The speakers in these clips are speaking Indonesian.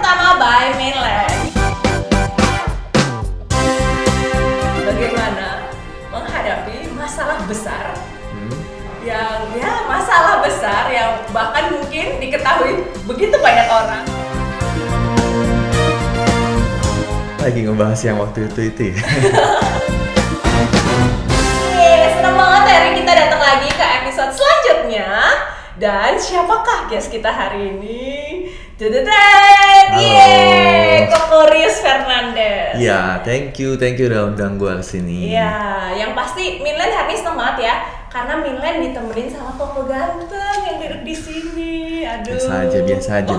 pertama by Mainland. Bagaimana menghadapi masalah besar yang masalah besar yang bahkan mungkin diketahui begitu banyak orang. Lagi ngebahas yang waktu itu ya. Senang banget hari kita datang lagi ke episode selanjutnya. Dan siapakah guest kita hari ini? Kokorius Fernandes. Ya, thank you udah undang gue kesini. Iya, yang pasti Mainland hari ini seneng banget ya, karena Mainland ditemenin sama Koko ganteng yang duduk di sini. Aduh. Biasa aja.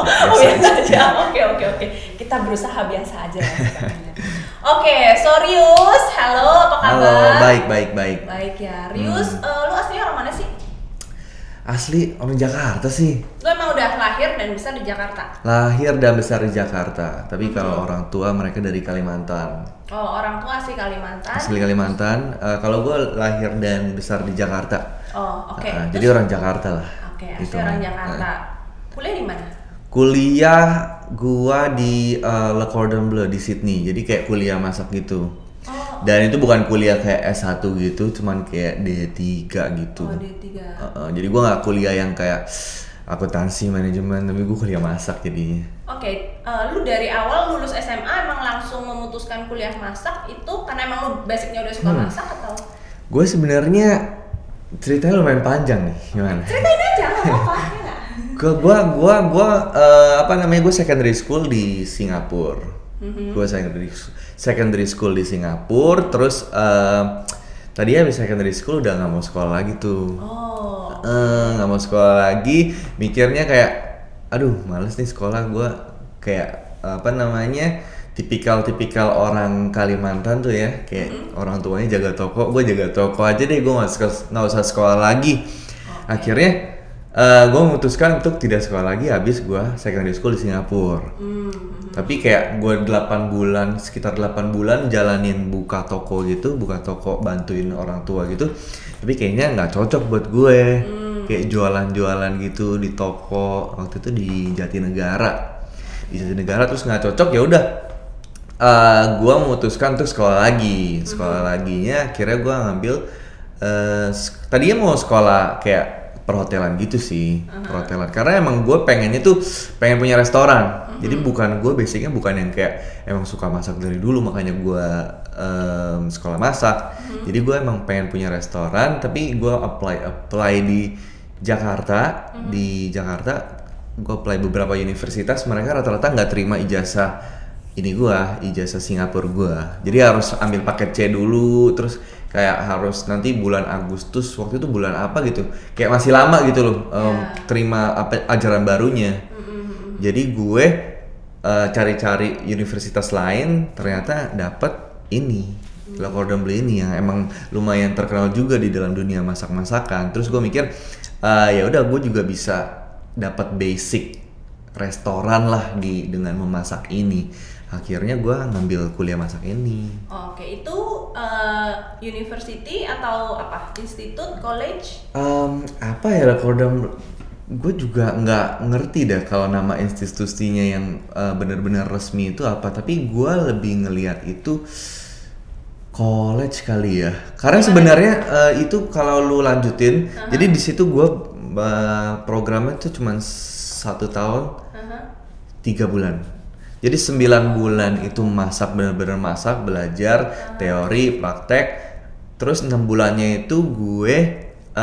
Oke. Kita berusaha biasa aja. Oke, so Rius, halo, apa kabar? Halo, baik. Baik ya, Rius, lu aslinya orang mana sih? Asli orang Jakarta sih. Lu emang udah lahir dan besar di Jakarta? Lahir dan besar di Jakarta, tapi kalau orang tua mereka dari Kalimantan. Oh, orang tua asli Kalimantan? Asli Kalimantan, kalau gue lahir dan besar di Jakarta. Oh, oke. Jadi orang Jakarta lah. Oke, asli orang Jakarta. Kuliah di mana? Kuliah gua di Le Cordon Bleu di Sydney, jadi kayak kuliah masak gitu. Dan itu bukan kuliah kayak S1 gitu, cuman kayak D3 gitu. Oh, D3. Jadi gue gak kuliah yang kayak akuntansi, manajemen, tapi gue kuliah masak jadinya. Oke, lu dari awal lulus SMA emang langsung memutuskan kuliah masak itu karena emang lu basicnya udah suka masak atau? Gue sebenarnya ceritanya lumayan panjang nih, gimana? Ceritain aja, gak apa-apa, ya gak? Gue secondary school di Singapura. Gue secondary school di Singapura, terus tadi habis secondary school udah nggak mau sekolah lagi tuh. Nggak mau sekolah lagi, mikirnya kayak, aduh males nih sekolah. Gue kayak tipikal orang Kalimantan tuh ya, kayak orang tuanya jaga toko, gue jaga toko aja deh, gue nggak usah sekolah lagi. Akhirnya gue memutuskan untuk tidak sekolah lagi habis gue secondary school di Singapura. Tapi kayak gue sekitar 8 bulan jalanin buka toko bantuin orang tua gitu. Tapi kayaknya nggak cocok buat gue. Kayak jualan gitu di toko, waktu itu di Jatinegara. Terus nggak cocok, ya udah. Gue memutuskan untuk sekolah lagi. Laginya akhirnya gue ngambil tadinya mau sekolah kayak perhotelan gitu sih, perhotelan. Karena emang gue pengen punya restoran. Jadi basicnya bukan yang kayak emang suka masak dari dulu, makanya gue sekolah masak. Jadi gue emang pengen punya restoran, tapi gue apply di Jakarta. Di Jakarta gue apply beberapa universitas, mereka rata-rata nggak terima ijazah Singapura gue. Jadi harus ambil paket C dulu, terus kayak harus nanti bulan Agustus, waktu itu bulan apa gitu, kayak masih lama gitu loh, terima ajaran barunya. Jadi gue cari-cari universitas lain, ternyata dapet ini Le Cordon Bleu ini yang emang lumayan terkenal juga di dalam dunia masak-masakan. Terus gue mikir ya udah, gue juga bisa dapat basic restoran lah dengan memasak ini. Akhirnya gue ngambil kuliah masak ini. Oke, itu university atau apa? Institut, college? Apa ya, Le Cordon Bleu? Gue juga nggak ngerti dah kalau nama institusinya yang benar-benar resmi itu apa. Tapi gue lebih ngelihat itu college kali ya. Karena sebenarnya itu kalau lu lanjutin, jadi di situ gue programnya tuh cuma 1 tahun 3 bulan. Jadi 9 bulan itu benar-benar masak, belajar teori, praktek. Terus 6 bulannya itu gue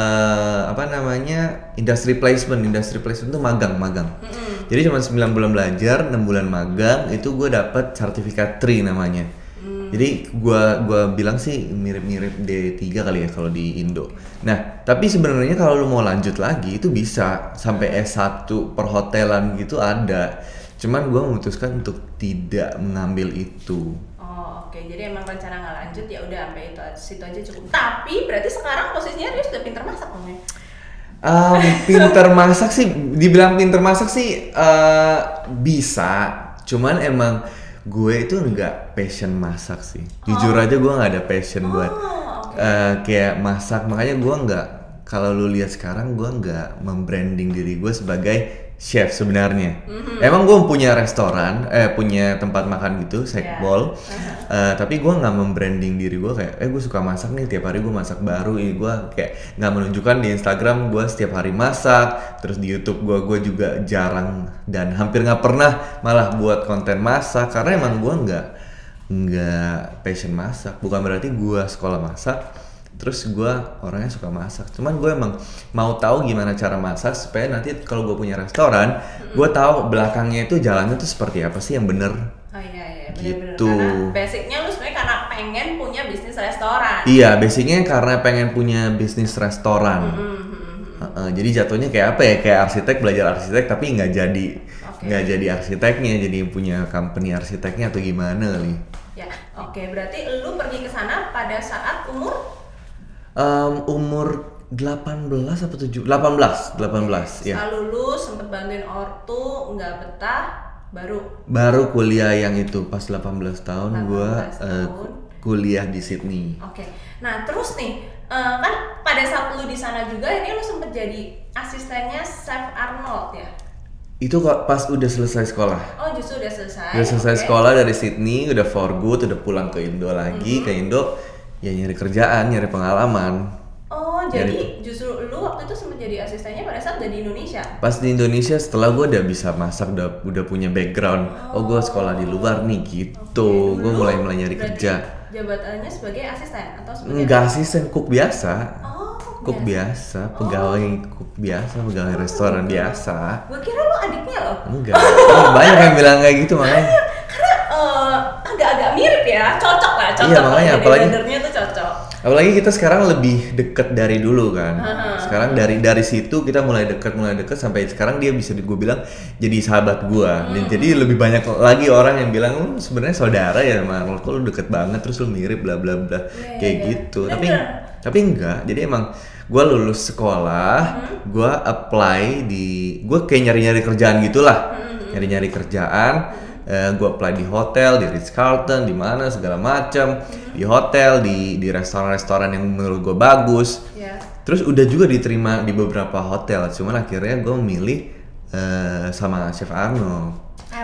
industry placement itu magang. Jadi cuma 9 bulan belajar, 6 bulan magang, itu gue dapet sertifikat 3 namanya. Jadi gue bilang sih mirip-mirip D3 kali ya kalau di Indo. Nah, tapi sebenarnya kalau lu mau lanjut lagi itu bisa sampai S1 perhotelan gitu ada. Cuman gue memutuskan untuk tidak mengambil itu. Oke, jadi emang rencana nggak lanjut, ya udah sampai situ aja cukup. Tapi berarti sekarang posisinya Rius udah pinter masak dong ya? Pinter masak sih, dibilang pinter masak sih bisa. Cuman emang gue itu nggak passion masak sih. Jujur aja gue nggak ada passion buat kayak masak. Makanya gue nggak, kalau lu lihat sekarang gue nggak membranding diri gue sebagai chef sebenarnya. Emang gue punya restoran, punya tempat makan gitu, Sekbol. Tapi gue nggak membranding diri gue kayak, gue suka masak nih, tiap hari gue masak baru. Gue kayak nggak menunjukkan di Instagram gue setiap hari masak. Terus di YouTube gue juga jarang dan hampir nggak pernah malah buat konten masak karena emang gue nggak passion masak. Bukan berarti gue sekolah masak terus gue orangnya suka masak, cuman gue emang mau tahu gimana cara masak supaya nanti kalau gue punya restoran gue tahu belakangnya itu jalannya tuh seperti apa sih yang bener. Iya, gitu. Karena basicnya lu sebenarnya karena pengen punya bisnis restoran. Iya, basicnya karena pengen punya bisnis restoran. Jadi jatuhnya kayak apa ya, kayak arsitek, belajar arsitek tapi nggak jadi arsiteknya, jadi punya company arsiteknya atau gimana kali. Ya, berarti lu pergi ke sana pada saat umur umur 18 apa 18 ya. Setelah lulus sempet bantuin ortu, nggak betah, baru kuliah yang itu pas 18 tahun gue kuliah di Sydney. Nah terus nih kan pada saat lu di sana juga ini lu sempet jadi asistennya Chef Arnold ya? Itu kok pas udah selesai sekolah. Oh justru udah selesai. Udah selesai sekolah dari Sydney, udah for good, udah pulang ke Indo lagi, ke Indo. Ya nyari kerjaan, nyari pengalaman. Jadi justru lu waktu itu sempat jadi asistennya pada saat udah di Indonesia? Pas di Indonesia setelah gue udah bisa masak, udah punya background. Gue sekolah di luar nih gitu. Gue mulai nyari kerja. Jabatannya sebagai asisten atau sebagai? Enggak asisten, cook biasa. Cook biasa, pegawai cook biasa, pegawai restoran biasa. Gue kira lu adiknya loh. Enggak. Banyak yang bilang kayak gitu makanya. Agak-agak mirip ya, cocok lah. Iya makanya apalagi gendernya tuh cocok. Apalagi kita sekarang lebih deket dari dulu kan. Sekarang dari situ kita mulai deket sampai sekarang dia bisa gue bilang jadi sahabat gue. Dan jadi lebih banyak lagi orang yang bilang lu sebenarnya saudara ya sama Arnold, kok lu deket banget terus lu mirip bla bla bla kayak gitu. Tapi enggak. Jadi emang gue lulus sekolah, gue apply gue kayak nyari kerjaan gitulah. Nyari kerjaan. Gue apply di hotel, di Ritz Carlton, di mana segala macam, di hotel, di restoran-restoran yang menurut gue bagus. Terus udah juga diterima di beberapa hotel, cuman akhirnya gue memilih sama Chef Arnold.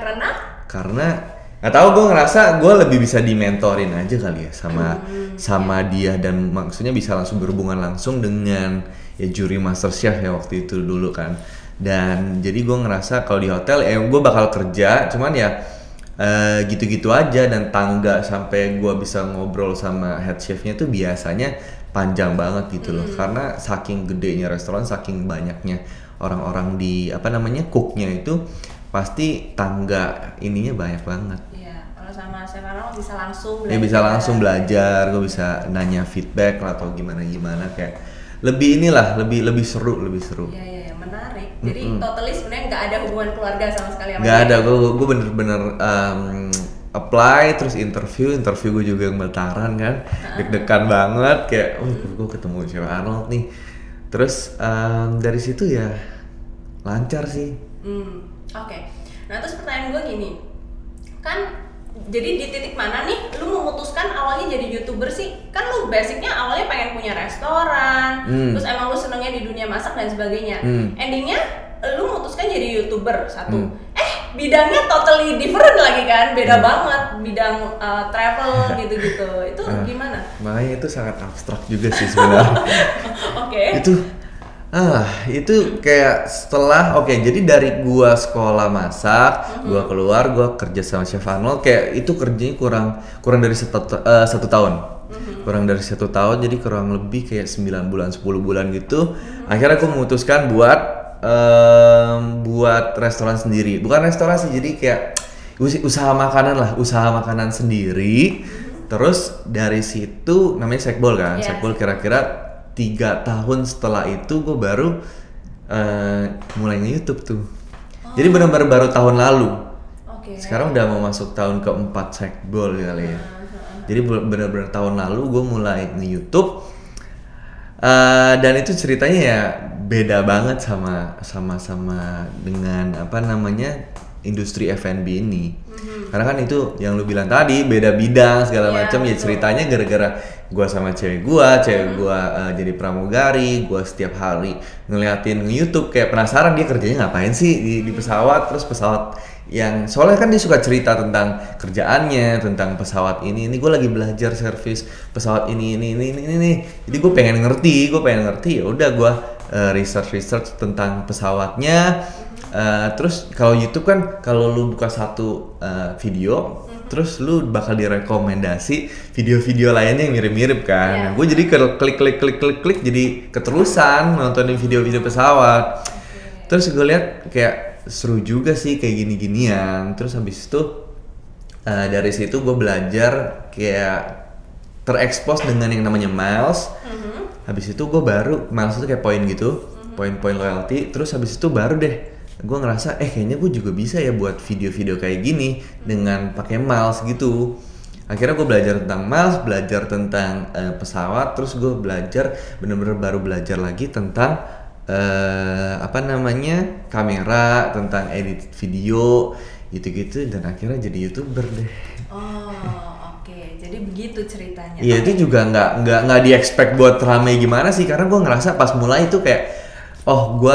Karena nggak tahu, gue ngerasa gue lebih bisa dimentorin aja kali ya sama dia, dan maksudnya bisa langsung berhubungan langsung dengan ya juri MasterChef ya waktu itu dulu kan. Dan jadi gue ngerasa kalau di hotel gue bakal kerja, cuman ya gitu-gitu aja, dan tangga sampai gue bisa ngobrol sama head chefnya tuh biasanya panjang banget gitu loh. Karena saking gedenya restoran, saking banyaknya orang-orang di cooknya itu pasti tangga ininya banyak banget. Iya, kalau sama Chef Arnold bisa langsung belajar. Ya bisa langsung belajar, gue bisa nanya feedback lah atau gimana kayak lebih seru. Iya, menarik. Jadi totally sebenarnya nggak ada hubungan keluarga sama sekali. Nggak ada, gue bener-bener apply, terus interview gue juga gemetaran kan, deg-degan banget kayak, gue ketemu Chef Arnold nih. Terus dari situ ya lancar sih. Nah terus pertanyaan gue gini, kan jadi di titik mana nih lu memutuskan awalnya jadi YouTuber sih? Kan lu basicnya awalnya pengen punya restoran, terus emang lu senengnya di dunia masak dan sebagainya. Endingnya lu memutuskan jadi YouTuber satu. Bidangnya totally different lagi kan, beda banget, bidang travel gitu-gitu. Itu gimana? Makanya itu sangat abstrak juga sih sebenarnya. Itu kayak setelah jadi dari gua sekolah masak, gua keluar, gua kerja sama Chef Arnold, kayak itu kerjanya kurang dari satu tahun. Kurang dari 1 tahun, jadi kurang lebih kayak 9 bulan, 10 bulan gitu. Akhirnya gua memutuskan buat restoran sendiri. Bukan restoran sih, jadi kayak usaha makanan sendiri. Terus dari situ namanya Sekbol kan. Sekbol kira-kira 3 tahun setelah itu gue baru mulai nge-YouTube tuh. Jadi benar-benar baru tahun lalu. Sekarang udah mau masuk tahun keempat Sekbol kali ya. Jadi benar-benar tahun lalu gue mulai nge-YouTube. Dan itu ceritanya ya beda banget sama dengan industri F&B ini. Karena kan itu yang lu bilang tadi, beda bidang segala macam ya, ceritanya gara-gara gue sama cewek gue jadi pramugari, gue setiap hari ngeliatin YouTube kayak penasaran dia kerjanya ngapain sih di pesawat, terus pesawat yang soalnya kan dia suka cerita tentang kerjaannya, tentang pesawat ini gue lagi belajar servis pesawat ini, jadi gue pengen ngerti ya udah gue research tentang pesawatnya. Terus kalau YouTube kan kalau lu buka satu video terus lu bakal direkomendasi video-video lainnya yang mirip-mirip kan. Nah, gue jadi klik jadi keterusan nontonin video-video pesawat. Terus gue lihat kayak seru juga sih kayak gini-ginian. Terus habis itu dari situ gue belajar kayak terekspos dengan yang namanya miles. Habis itu gue baru miles itu kayak poin gitu, poin-poin loyalty. Terus habis itu baru deh gue ngerasa kayaknya gue juga bisa ya buat video-video kayak gini dengan pakai miles gitu. Akhirnya gue belajar tentang miles, belajar tentang pesawat, terus gue belajar bener-bener baru belajar lagi tentang kamera, tentang edit video gitu-gitu, dan akhirnya jadi YouTuber deh. Oke, jadi begitu ceritanya. Iya, itu juga nggak di-expect buat rame gimana sih, karena gue ngerasa pas mulai itu kayak gue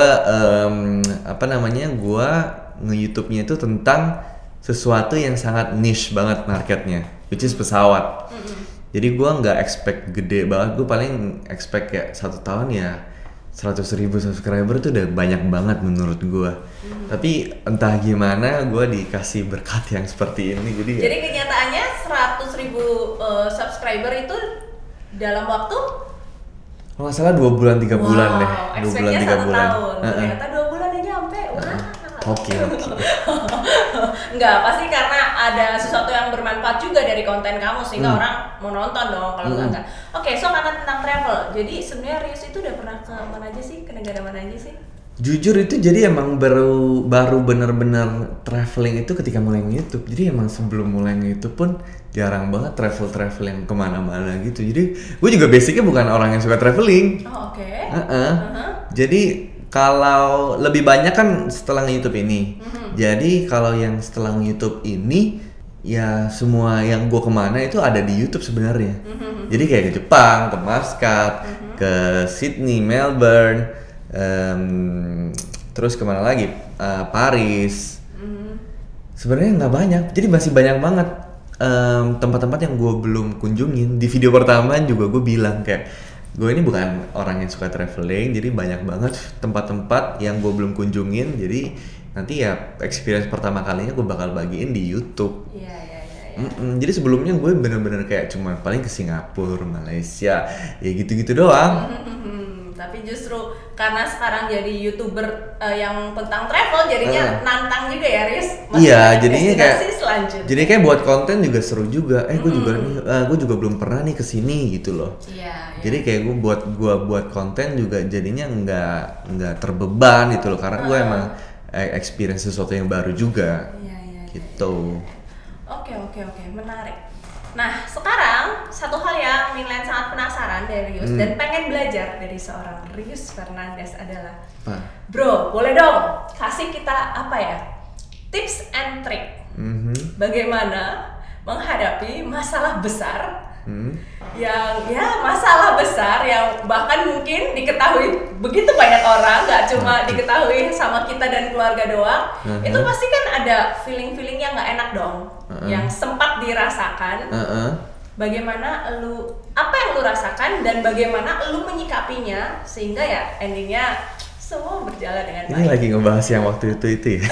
gue nge-YouTube-nya itu tentang sesuatu yang sangat niche banget marketnya, which is pesawat. Jadi gue nggak expect gede banget, gue paling expect kayak 1 tahun ya 100.000 subscriber itu udah banyak banget menurut gue. Tapi entah gimana gue dikasih berkat yang seperti ini, jadi kenyataannya 100.000 subscriber itu dalam waktu kalau nggak salah 2 bulan 3 bulan deh. 2 bulan 3 bulan. Ternyata 2 bulan aja nyampe. Oke. Enggak, pasti karena ada sesuatu yang bermanfaat juga dari konten kamu sehingga orang mau nonton dong, kalau enggak. Oke, so karena tentang travel. Jadi sebenarnya Rius itu udah pernah ke mana aja sih? Ke negara mana aja sih? Jujur itu jadi emang baru bener-bener traveling itu ketika mulai YouTube. Jadi emang sebelum mulai YouTube pun jarang banget travel yang kemana-mana gitu. Jadi gue juga basicnya bukan orang yang suka traveling. Oke. Jadi kalau lebih banyak kan setelah YouTube ini. Jadi kalau yang setelah YouTube ini ya semua yang gue kemana itu ada di YouTube sebenarnya. Jadi kayak ke Jepang, ke Muscat, ke Sydney, Melbourne. Terus kemana lagi? Paris. Sebenarnya nggak banyak, jadi masih banyak banget tempat-tempat yang gue belum kunjungin. Di video pertama juga gue bilang kayak gue ini bukan orang yang suka traveling, jadi banyak banget tempat-tempat yang gue belum kunjungin. Jadi nanti ya experience pertama kalinya gue bakal bagiin di YouTube. Iya. Jadi sebelumnya gue bener-bener kayak cuma paling ke Singapura, Malaysia, ya gitu-gitu doang. Tapi justru karena sekarang jadi YouTuber yang tentang travel jadinya nantang juga ya, Riz. Iya, jadinya kayak selanjutnya. Jadi kayak buat konten juga seru juga. Gue juga belum pernah nih kesini gitu loh. Iya. Jadi kayak gue buat konten juga jadinya nggak terbeban gitu loh, karena gue emang experience sesuatu yang baru juga. Iya. Gitu. Oke, menarik. Nah, sekarang satu hal yang Minland sangat penasaran dari Rius dan pengen belajar dari seorang Rius Fernandes adalah, Bro, boleh dong kasih kita tips and trick bagaimana menghadapi masalah besar yang masalah besar yang bahkan mungkin diketahui begitu banyak orang, nggak cuma diketahui sama kita dan keluarga doang. Itu pasti kan ada feeling yang nggak enak dong, yang sempat dirasakan. Bagaimana apa yang lu rasakan dan bagaimana lu menyikapinya sehingga ya endingnya semua berjalan dengan baik. Ini lagi ngebahas yang waktu itu ya.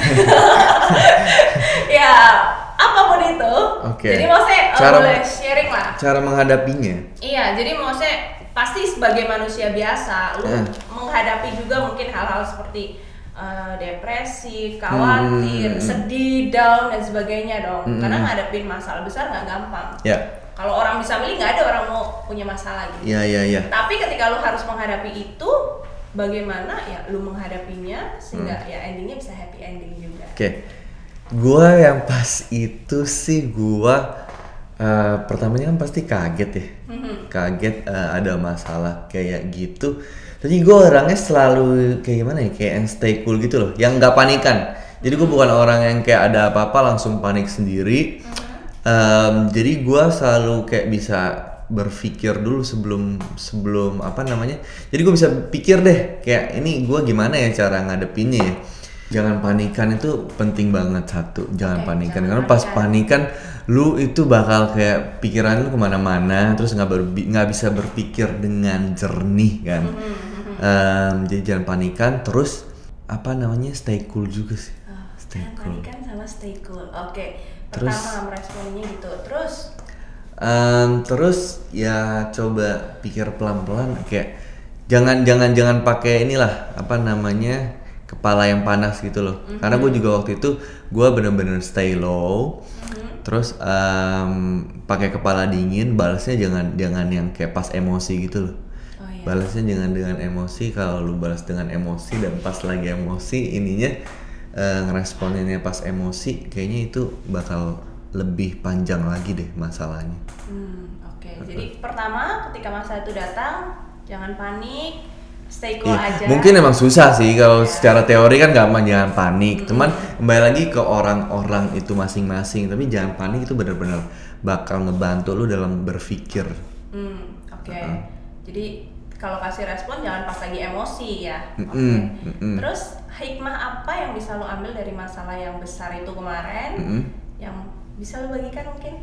Ya, apapun itu. Jadi maksudnya boleh sharing lah. Cara menghadapinya. Iya, jadi maksudnya pasti sebagai manusia biasa, lu menghadapi juga mungkin hal-hal seperti depresi, khawatir, sedih, down dan sebagainya dong. Karena ngadepin masalah besar nggak gampang. Kalau orang bisa milih, nggak ada orang mau punya masalah gitu. Iya. Tapi ketika lu harus menghadapi itu, bagaimana ya lu menghadapinya sehingga ya endingnya bisa happy ending juga. Gua yang pas itu sih pertamanya kan pasti kaget ya. Kaget ada masalah kayak gitu. Tapi gue orangnya selalu kayak gimana ya, kayak yang stay cool gitu loh, yang nggak panikan. Jadi gue bukan orang yang kayak ada apa-apa langsung panik sendiri. Jadi gue selalu kayak bisa berpikir dulu sebelum apa namanya. Jadi gue bisa pikir deh kayak ini gue gimana ya cara ngadepinnya ya. Jangan panikan itu penting banget satu. Jangan panikan karena pas panikan lu itu bakal kayak pikiran lu kemana-mana terus nggak bisa berpikir dengan jernih kan. Jadi jangan panikan terus apa namanya stay cool juga sih. Stay cool. Panikan sama stay cool. Oke. Terus, pertama meresponnya gitu. Terus ya coba pikir pelan-pelan kayak jangan pakai inilah apa namanya kepala yang panas gitu loh. Karena gue juga waktu itu gue bener-bener stay low. Terus pakai kepala dingin, balasnya jangan yang kayak pas emosi gitu loh. Balasnya jangan dengan emosi. Kalau lu balas dengan emosi dan pas lagi emosi ininya ngeresponinnya pas emosi, kayaknya itu bakal lebih panjang lagi deh masalahnya. Jadi pertama ketika masalah itu datang jangan panik, stay cool aja. Mungkin emang susah sih kalau secara teori kan gampang jangan panik. Cuman kembali lagi ke orang-orang itu masing-masing. Tapi jangan panik itu benar-benar bakal ngebantu lu dalam berpikir. Jadi kalau kasih respon jangan pas lagi emosi ya. Terus hikmah apa yang bisa lu ambil dari masalah yang besar itu kemarin? Yang bisa lu bagikan mungkin?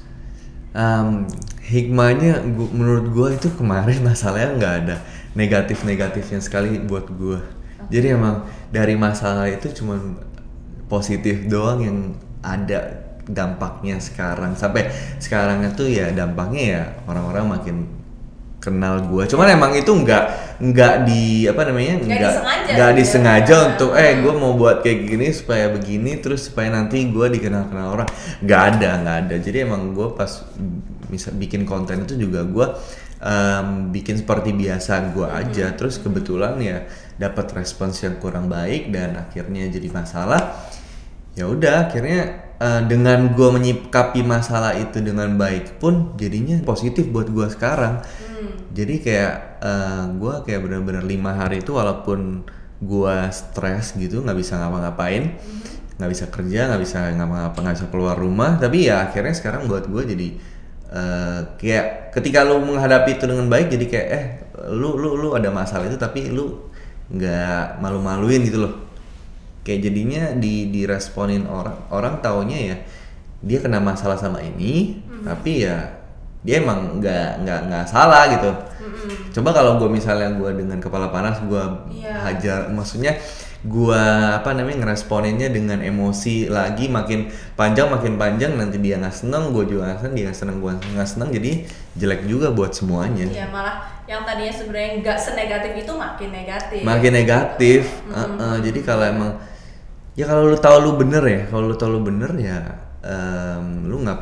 Hikmahnya menurut gue itu kemarin masalahnya nggak ada negatifnya sekali buat gue. Jadi emang dari masalah itu cuma positif doang yang ada dampaknya sekarang. Sampai sekarang itu ya dampaknya ya orang-orang makin kenal gue. Cuman emang itu nggak di apa namanya nggak disengaja untuk gue mau buat kayak gini supaya begini terus supaya nanti gue dikenal orang. Nggak ada. Jadi emang gue pas bisa bikin konten itu juga gue bikin seperti biasa gue aja. Terus kebetulan ya dapat respons yang kurang baik dan akhirnya jadi masalah. Ya udah akhirnya dengan gue menyikapi masalah itu dengan baik pun jadinya positif buat gue sekarang. Jadi kayak gue kayak benar-benar 5 hari itu walaupun gue stres gitu nggak bisa ngapa-ngapain, nggak bisa kerja, nggak bisa ngapa-ngapa, nggak bisa keluar rumah, tapi ya akhirnya sekarang buat gue jadi kayak ketika lu menghadapi itu dengan baik jadi kayak lu ada masalah itu tapi lu nggak malu-maluin gitu loh. Kayak jadinya diresponin orang taunya ya dia kena masalah sama ini, tapi ya dia emang nggak salah gitu. Coba kalau gue misalnya gue dengan kepala panas gue hajar, maksudnya gue apa namanya ngeresponinnya dengan emosi lagi makin panjang nanti dia nggak seneng, gue juga nggak seneng, dia nggak seneng, gue nggak seneng, jadi jelek juga buat semuanya. Iya malah yang tadinya sebenarnya nggak senegatif itu makin negatif. Jadi kalau emang ya kalau lu tahu lu bener ya lu nggak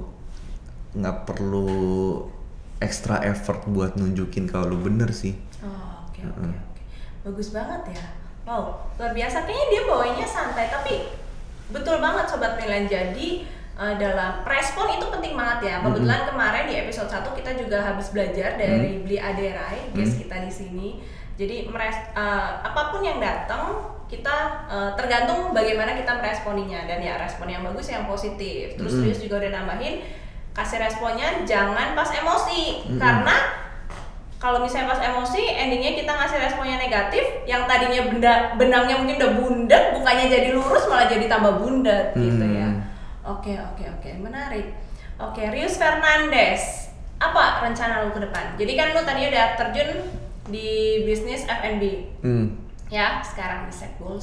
perlu extra effort buat nunjukin kalau lu bener sih. Oke. Bagus banget ya. Wow, luar biasa. Kayaknya dia bawanya santai tapi betul banget Sobat Milen. Jadi dalam respon itu penting banget ya. Kebetulan kemarin di episode 1 kita juga habis belajar dari Bli Aderai, guest kita di sini. Jadi apapun yang datang kita tergantung bagaimana kita meresponinya, dan ya respon yang bagus yang positif. Terus Rius juga udah nambahin kasih responnya jangan pas emosi, karena kalau misalnya pas emosi endingnya kita ngasih responnya negatif, yang tadinya benangnya mungkin udah bundet bukannya jadi lurus malah jadi tambah bundet gitu ya. Oke, menarik. Oke, Rius Fernandes, apa rencana lu ke depan? Jadi kan lu tadi udah terjun di bisnis F&B. Ya, sekarang di Sekbol.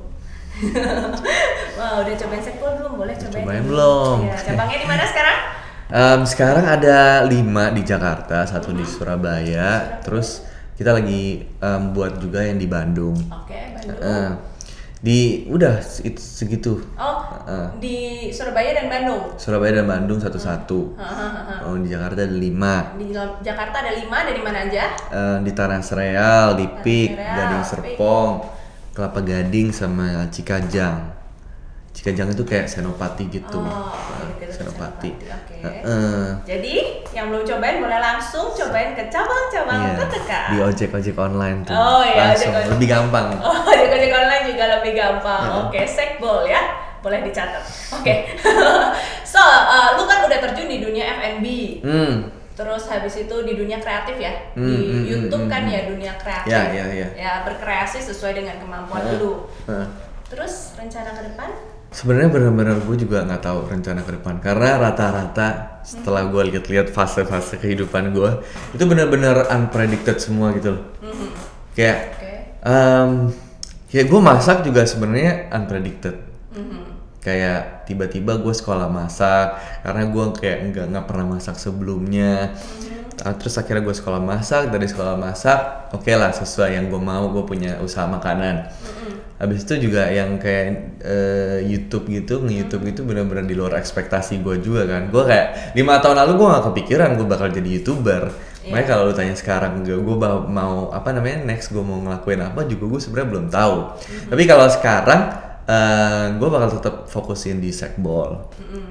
Wow, udah cobain Sekbol belum? Boleh cobain belum. Ya, cabangnya di mana sekarang? Sekarang ada 5 di Jakarta, 1 di Surabaya, terus kita lagi buat juga yang di Bandung. Oke, Bandung. Udah segitu. Di Surabaya dan Bandung. Surabaya dan Bandung satu-satu. Di Jakarta ada 5. Di Jakarta ada 5, dari mana aja? Di Tanah Sereal, di Pik, Gading Serpong, Kelapa Gading sama Cikajang. Cikajang itu kayak Senopati gitu. Senopati. Jadi yang belum cobain boleh langsung cobain ke cabang-cabang terdekat. Di ojek online tuh. Langsung lebih gampang. Ojek online juga lebih gampang. Oke, Sekbol ya. Boleh dicatat. Oke. So, lu kan udah terjun di dunia F&B. Terus habis itu di dunia kreatif ya, di YouTube kan ya dunia kreatif. Ya berkreasi sesuai dengan kemampuan lu. Terus rencana ke depan? Sebenarnya benar-benar gue juga nggak tahu rencana ke depan karena rata-rata setelah gue lihat-lihat fase-fase kehidupan gue itu benar-benar unpredicted semua gitu loh. Kayak kayak gue masak juga sebenarnya unpredicted. Kayak tiba-tiba gue sekolah masak karena gue kayak nggak pernah masak sebelumnya. Terus akhirnya gue sekolah masak, dari sekolah masak oke lah sesuai yang gue mau, gue punya usaha makanan. Habis itu juga yang kayak YouTube gitu, nge-YouTube gitu benar-benar di luar ekspektasi gue juga kan. Gue kayak 5 tahun lalu gue gak kepikiran gue bakal jadi YouTuber. Makanya kalau lu tanya sekarang gue mau apa namanya next gue mau ngelakuin apa juga gue sebenarnya belum tahu. Tapi kalau sekarang gue bakal tetap fokusin di Sekbol.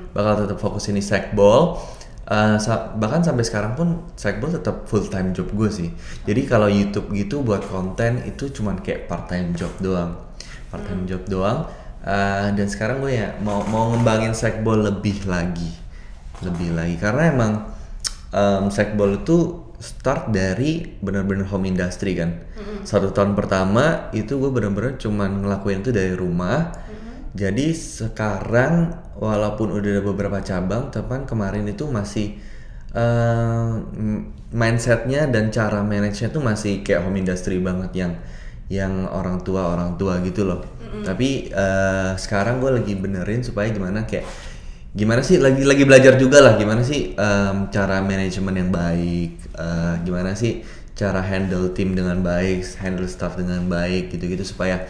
Bahkan sampai sekarang pun Sekbol tetap full time job gue sih. Jadi kalau YouTube gitu buat konten itu cuman kayak part time job doang. Dan sekarang gue ya mau ngembangin Sekbol lebih lagi karena emang Sekbol itu start dari benar-benar home industry kan. 1 tahun pertama itu gue benar-benar cuman ngelakuin itu dari rumah. Jadi sekarang walaupun udah ada beberapa cabang, teman kemarin itu masih mindsetnya dan cara manage-nya tuh masih kayak home industry banget yang orang tua gitu loh. Tapi sekarang gue lagi benerin supaya gimana sih lagi belajar juga lah gimana sih cara manajemen yang baik, gimana sih cara handle tim dengan baik, handle staff dengan baik gitu-gitu supaya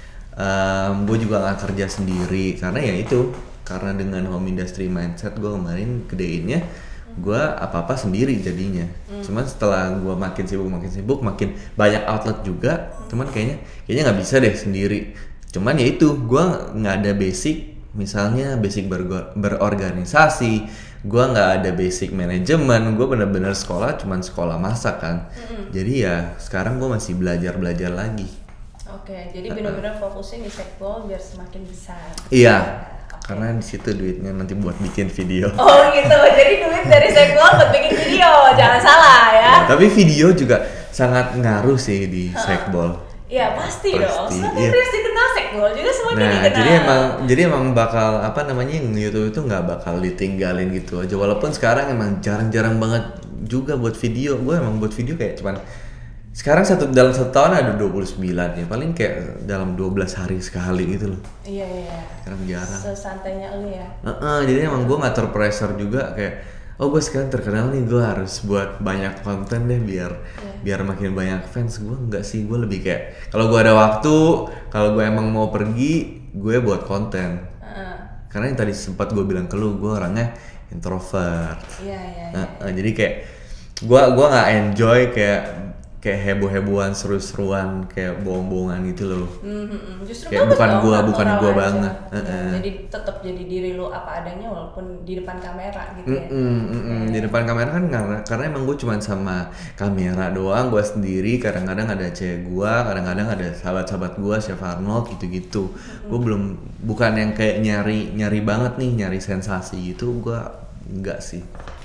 gue juga gak kerja sendiri karena dengan home industry mindset gue kemarin gedeinnya gue apa-apa sendiri jadinya. Cuman setelah gue makin sibuk makin banyak outlet juga, cuman kayaknya nggak bisa deh sendiri. Cuman ya itu gue nggak ada misalnya basic berorganisasi, gue nggak ada basic manajemen, gue bener-bener cuman sekolah masak kan. Jadi ya sekarang gue masih belajar lagi. Oke, jadi benar-benar fokusin di Sekbol biar semakin besar. Iya. Karena di situ duitnya nanti buat bikin video. Oh gitu, jadi duit dari Sekbol buat bikin video, jangan salah ya. Tapi video juga sangat ngaruh sih di Sekbol. Iya pasti dong, semakin Rius dikenal Sekbol juga semakin dikenal. Jadi emang bakal yang YouTube itu nggak bakal ditinggalin gitu aja. Walaupun sekarang emang jarang-jarang banget juga buat video. Gue emang buat video kayak cuman sekarang dalam 1 tahun ada 29 ya, paling kayak dalam 12 hari sekali gitu loh. Iya. Sekarang jarang. Sesantainya lu ya. Jadi emang gue nggak terpressure juga kayak, gue sekarang terkenal nih, gue harus buat banyak konten deh biar makin banyak fans. Gue nggak sih, gue lebih kayak kalau gue ada waktu, kalau gue emang mau pergi, gue buat konten. Karena yang tadi sempat gue bilang ke lu, gue orangnya introvert. Iya. Jadi kayak gue nggak enjoy kayak heboh-hebohan, seru-seruan, kayak bohong-bohongan gitu loh. Justru kayak bukan gua banget. Jadi tetap jadi diri lu apa adanya walaupun di depan kamera gitu ya. Di depan kamera kan karena emang gue cuma sama kamera doang, gue sendiri. Kadang-kadang ada cewek gue, kadang-kadang ada sahabat-sahabat gue, Chef Arnold gitu-gitu. Gue bukan yang kayak nyari banget nih, nyari sensasi gitu. Gue enggak sih.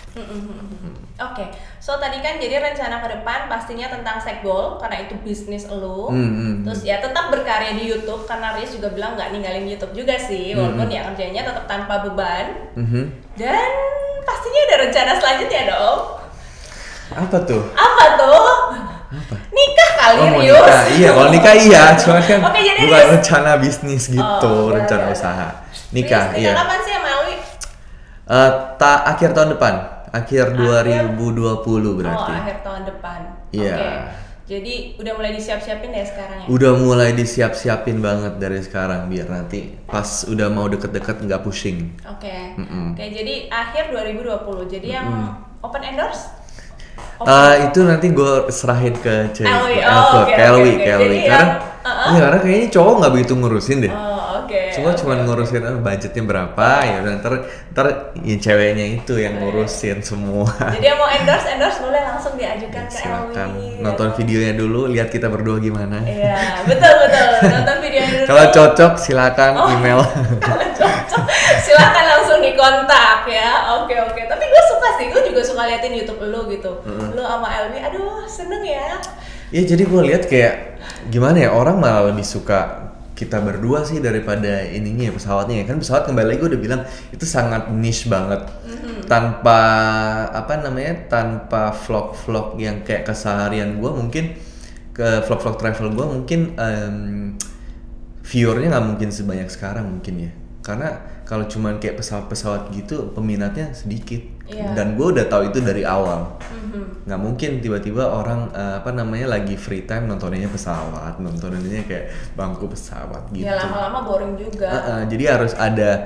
Oke, so tadi kan jadi rencana ke depan pastinya tentang Sekbol karena itu bisnis elu. Terus ya tetap berkarya di YouTube karena Rius juga bilang nggak ninggalin YouTube juga sih, walaupun ya kerjanya tetap tanpa beban. Dan pastinya ada rencana selanjutnya dong. Apa tuh? Nikah kali, Rius. Nikah. Iya, kalau nikah iya, cuma kan bukan Rius rencana bisnis gitu, rencana usaha. Nikah, iya. Kapan sih sama Alwi? Akhir tahun depan. Akhir 2020 berarti. Akhir tahun depan. Iya. Oke. Jadi udah mulai disiap-siapin ya sekarang ya? Udah mulai disiap-siapin banget dari sekarang biar nanti pas udah mau deket-deket nggak pusing. Oke, jadi akhir 2020. Jadi yang open endorse? Itu nanti gue serahin ke Elwi. Karena kayaknya cowok nggak begitu ngurusin deh. Cuma ngurusin budgetnya berapa, ya udah ntar ya ceweknya itu yang ngurusin semua. Jadi yang mau endorse boleh langsung diajukan ke Elwi. Silakan nonton videonya dulu, lihat kita berdua gimana. Iya, betul. Nonton videonya dulu. Kalau cocok silakan email. Kalau cocok silakan langsung dikontak ya. Oke. Tapi gue suka sih sih, gue juga suka liatin YouTube lu gitu. Lu sama Elmi, aduh seneng ya. Ya jadi gue lihat kayak gimana ya, orang malah lebih suka kita berdua sih daripada ininya ya, pesawatnya ya. Kan pesawat kembali lagi gue udah bilang itu sangat niche banget. Tanpa tanpa vlog-vlog yang kayak keseharian gue, mungkin ke vlog-vlog travel gue mungkin viewernya nggak mungkin sebanyak sekarang mungkin ya, karena kalau cuman kayak pesawat-pesawat gitu peminatnya sedikit. Dan gue udah tahu itu dari awal. Nggak mungkin tiba-tiba orang lagi free time nontoninnya pesawat, nontoninnya kayak bangku pesawat gitu. Ya lama-lama boring juga. Jadi harus ada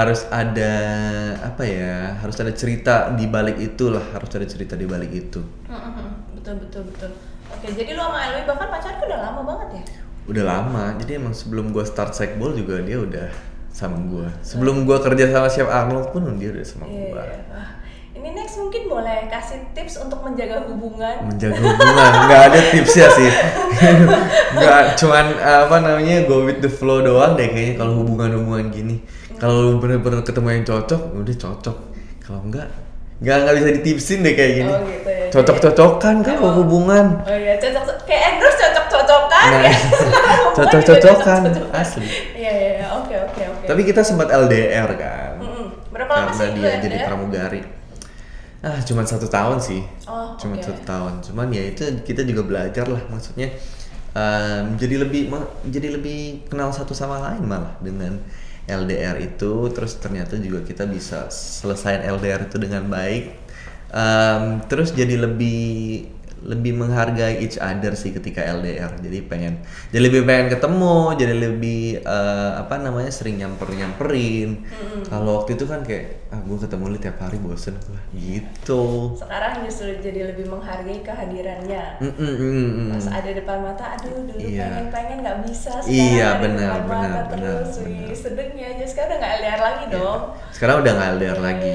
cerita di balik itu lah, harus ada cerita di balik itu. Betul. Oke, jadi lu sama Elmi bahkan pacaran udah lama banget ya? Udah lama, jadi emang sebelum gue start Sekbol juga dia udah sama gue. Sebelum gue kerja sama Chef Arnold pun dia udah sama gue. Ini next mungkin boleh kasih tips untuk menjaga hubungan. Nggak ada tipsnya sih. Nggak, cuman go with the flow doang deh kayaknya kalau hubungan gini. Kalau lu bener-bener ketemu yang cocok, udah cocok. Kalau nggak bisa ditipsin deh kayak gini. Gitu ya. Cocok-cocokan kan kalau hubungan. Oh iya, cocok. Kayak Endorse cocok-cocokan ya. Cocok-cocokan asli. Iya, oke. Tapi kita sempat LDR kan. Berapa lama sih dia LDR? Jadi pramugari. Cuma 1 tahun sih. Cuma 1 tahun. Cuman ya itu kita juga belajar lah, maksudnya jadi lebih kenal satu sama lain malah dengan LDR itu. Terus ternyata juga kita bisa selesain LDR itu dengan baik. Terus jadi lebih menghargai each other sih ketika LDR. Jadi lebih pengen ketemu, jadi lebih sering nyamperin. Kalau waktu itu kan kayak gue ketemu lu tiap hari bosen gue gitu. Sekarang justru jadi lebih menghargai kehadirannya. Pas ada depan mata, aduh dulu pengen nggak bisa. Sekarang benar. Terus sedengnya aja. Sekarang udah nggak LDR lagi dong. Sekarang udah nggak LDR lagi.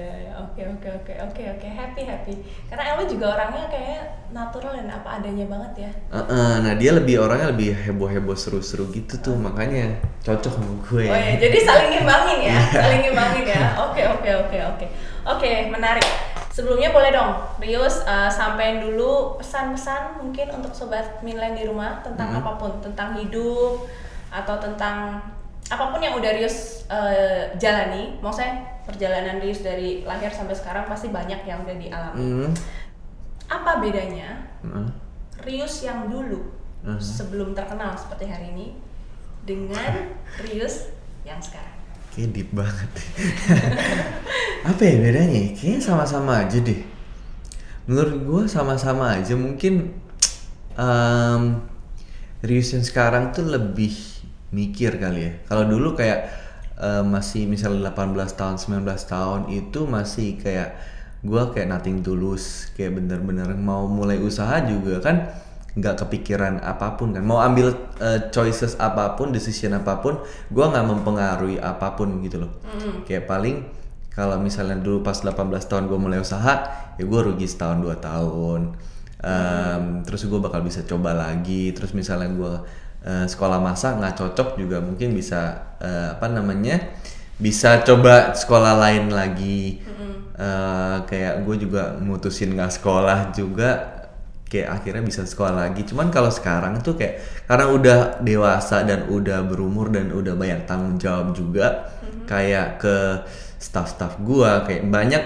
Oke, happy. Karena Elmi juga orangnya kayak natural dan apa adanya banget ya. Nah dia orangnya lebih heboh seru-seru gitu tuh, makanya cocok sama gue. Oh ya, jadi saling ngimbangin ya, Oke, menarik. Sebelumnya boleh dong, Rius sampein dulu pesan-pesan mungkin untuk sobat Minland di rumah tentang apapun, tentang hidup atau tentang apapun yang udah Rius jalani. Maksudnya perjalanan Rius dari lahir sampai sekarang pasti banyak yang udah dialami. Apa bedanya Rius yang dulu sebelum terkenal seperti hari ini dengan Rius yang sekarang? Kayak deep banget. Apa ya bedanya? Kayaknya sama-sama aja deh. Menurut gue sama-sama aja. Mungkin Rius yang sekarang tuh lebih mikir kali ya. Kalau dulu kayak masih misalnya 18 tahun, 19 tahun itu masih kayak gue kayak nothing tulus, kayak bener-bener mau mulai usaha juga kan nggak kepikiran apapun kan, mau ambil choices apapun, decision apapun, gue nggak mempengaruhi apapun gitu loh. Kayak paling kalau misalnya dulu pas 18 tahun gue mulai usaha, ya gue rugi setahun 2 tahun. Terus gue bakal bisa coba lagi. Terus misalnya gue sekolah masak nggak cocok juga mungkin bisa bisa coba sekolah lain lagi. Kayak gue juga mutusin nggak sekolah juga, kayak akhirnya bisa sekolah lagi. Cuman kalau sekarang tuh kayak karena udah dewasa dan udah berumur dan udah banyak tanggung jawab juga, kayak ke staff gue kayak banyak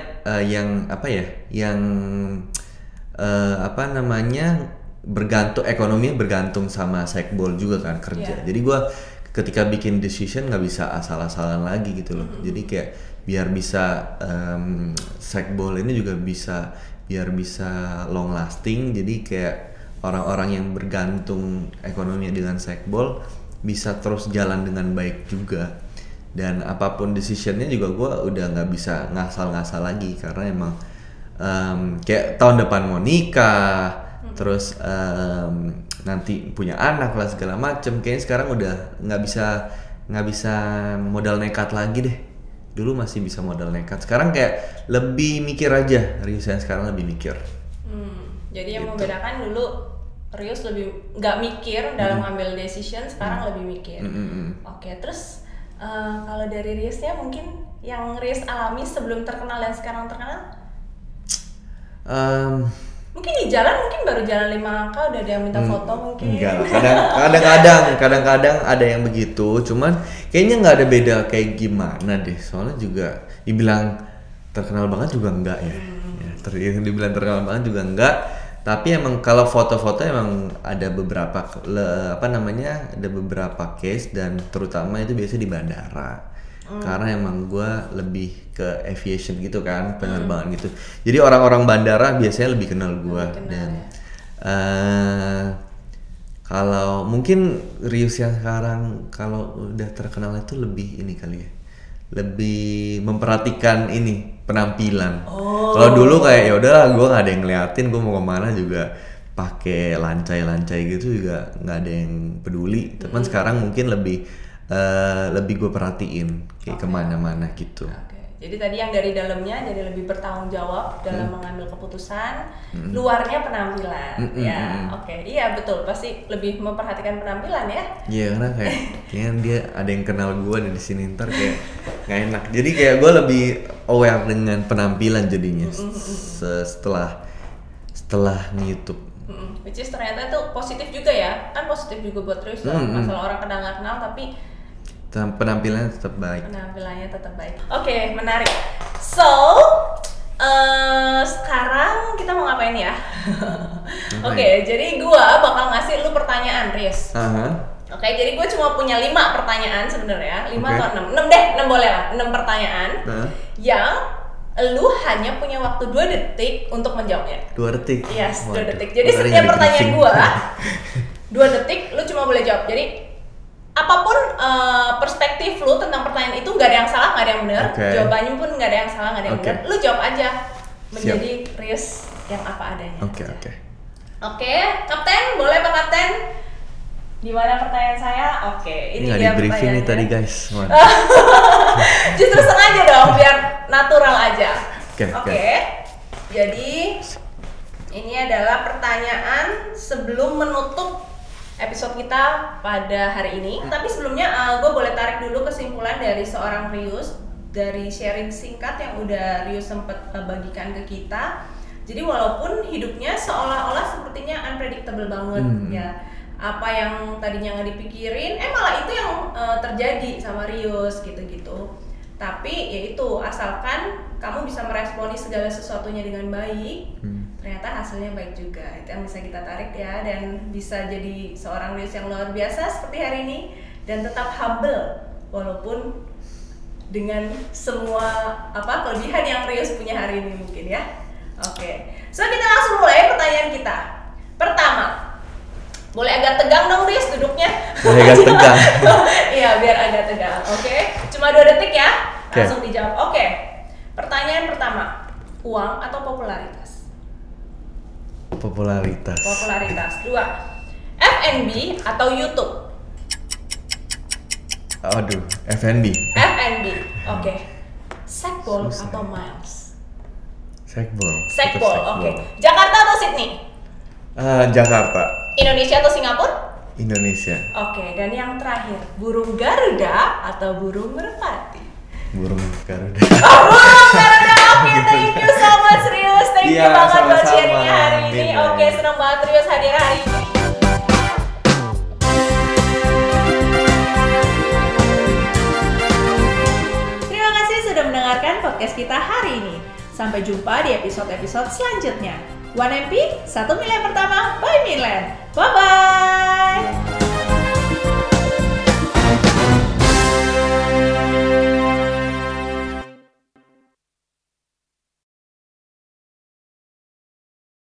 ekonominya bergantung sama Sekbol juga kan kerja. Jadi gue ketika bikin decision nggak bisa asal-asalan lagi gitu loh. Jadi kayak biar bisa Sekbol ini juga biar bisa long lasting. Jadi kayak orang-orang yang bergantung ekonominya dengan Sekbol bisa terus jalan dengan baik juga. Dan apapun decisionnya juga gue udah nggak bisa ngasal-ngasal lagi karena emang kayak tahun depan mau nikah. Terus nanti punya anak lah segala macem. Kayaknya sekarang udah nggak bisa modal nekat lagi deh. Dulu masih bisa modal nekat. Sekarang kayak lebih mikir aja. Rius yang sekarang lebih mikir. Jadi yang membedakan dulu Rius lebih nggak mikir dalam ngambil decision. Sekarang lebih mikir. Oke, terus kalau dari Riusnya mungkin yang Rius alami sebelum terkenal dan sekarang terkenal Mungkin di jalan, mungkin baru jalan 5 langkah udah ada yang minta foto mungkin. Enggak lah, kadang-kadang ada yang begitu, cuman kayaknya nggak ada beda kayak gimana deh, soalnya juga dibilang terkenal banget juga enggak ya, dibilang terkenal banget juga enggak, tapi emang kalau foto-foto emang ada beberapa ada beberapa case dan terutama itu biasa di bandara. Karena emang gue lebih ke aviation gitu kan, penerbangan gitu. Jadi orang-orang bandara biasanya lebih kenal gue. Dan kalau mungkin Rius yang sekarang kalau udah terkenal itu lebih ini kali ya, lebih memperhatikan ini penampilan. Kalau dulu kayak ya udahlah gue nggak ada yang ngeliatin, gue mau kemana juga pakai lancai gitu juga nggak ada yang peduli. Tapi sekarang mungkin lebih gue perhatiin kayak kemana-mana gitu. Jadi tadi yang dari dalamnya jadi lebih bertanggung jawab dalam mengambil keputusan, luarnya penampilan. Iya betul, pasti lebih memperhatikan penampilan ya. Iya, karena kayaknya dia ada yang kenal gue di sini ntar kayak nggak enak. Jadi kayak gue lebih aware dengan penampilan jadinya setelah nge-YouTube. Which is ternyata itu positif juga ya, kan positif juga buat Rius masalah orang kenal nggak kenal tapi penampilannya tetap baik. Oke, menarik. So, sekarang kita mau ngapain ya? Oke, jadi gua bakal ngasih lu pertanyaan, Rius. Oke, jadi gua cuma punya 5 pertanyaan sebenarnya, 5 atau 6 deh, 6 boleh lah, 6 pertanyaan yang lu hanya punya waktu 2 detik untuk menjawabnya. 2 detik? Yes, 2 detik. Jadi setiap pertanyaan gua 2 detik lu cuma boleh jawab. Jadi apapun perspektif lu tentang pertanyaan itu nggak ada yang salah, nggak ada yang benar. Jawabannya pun nggak ada yang salah, nggak ada yang benar. Lu jawab aja menjadi Rius yang apa adanya. Oke, Kapten, boleh Pak Kapten? Di mana pertanyaan saya? Ini nggak dia di briefing nih tadi guys. Justru sengaja dong biar natural aja. Oke. Jadi ini adalah pertanyaan sebelum menutup episode kita pada hari ini. Tapi sebelumnya gue boleh tarik dulu kesimpulan dari seorang Rius dari sharing singkat yang udah Rius sempat bagikan ke kita. Jadi walaupun hidupnya seolah-olah sepertinya unpredictable banget ya, apa yang tadinya nggak dipikirin, malah itu yang terjadi sama Rius gitu-gitu. Tapi ya itu, asalkan kamu bisa meresponi segala sesuatunya dengan baik, ternyata hasilnya baik juga. Itu yang bisa kita tarik ya, dan bisa jadi seorang Rius yang luar biasa seperti hari ini, dan tetap humble walaupun dengan semua kelebihan yang Rius punya hari ini mungkin ya. So kita langsung mulai pertanyaan kita. Pertama, boleh agak tegang dong Rius duduknya? Boleh agak tegang. Iya, biar agak tegang. Cuma 2 detik ya, langsung dijawab. Pertanyaan pertama, uang atau popularitas? Popularitas. 2, F&B atau YouTube? Aduh, F&B. Sekbol atau Miles? Sekbol. Jakarta atau Sydney? Jakarta. Indonesia atau Singapura? Indonesia. Dan yang terakhir, burung Garuda atau burung merpati? Burung Garuda. Burung Garuda. Thank you so much Rius. Thank you banget buat sharingnya hari ini. Senang banget Rius hadir hari ini. Terima kasih sudah mendengarkan podcast kita hari ini. Sampai jumpa di episode-episode selanjutnya. 1MP, 1 miliar pertama by Milen. Bye-bye!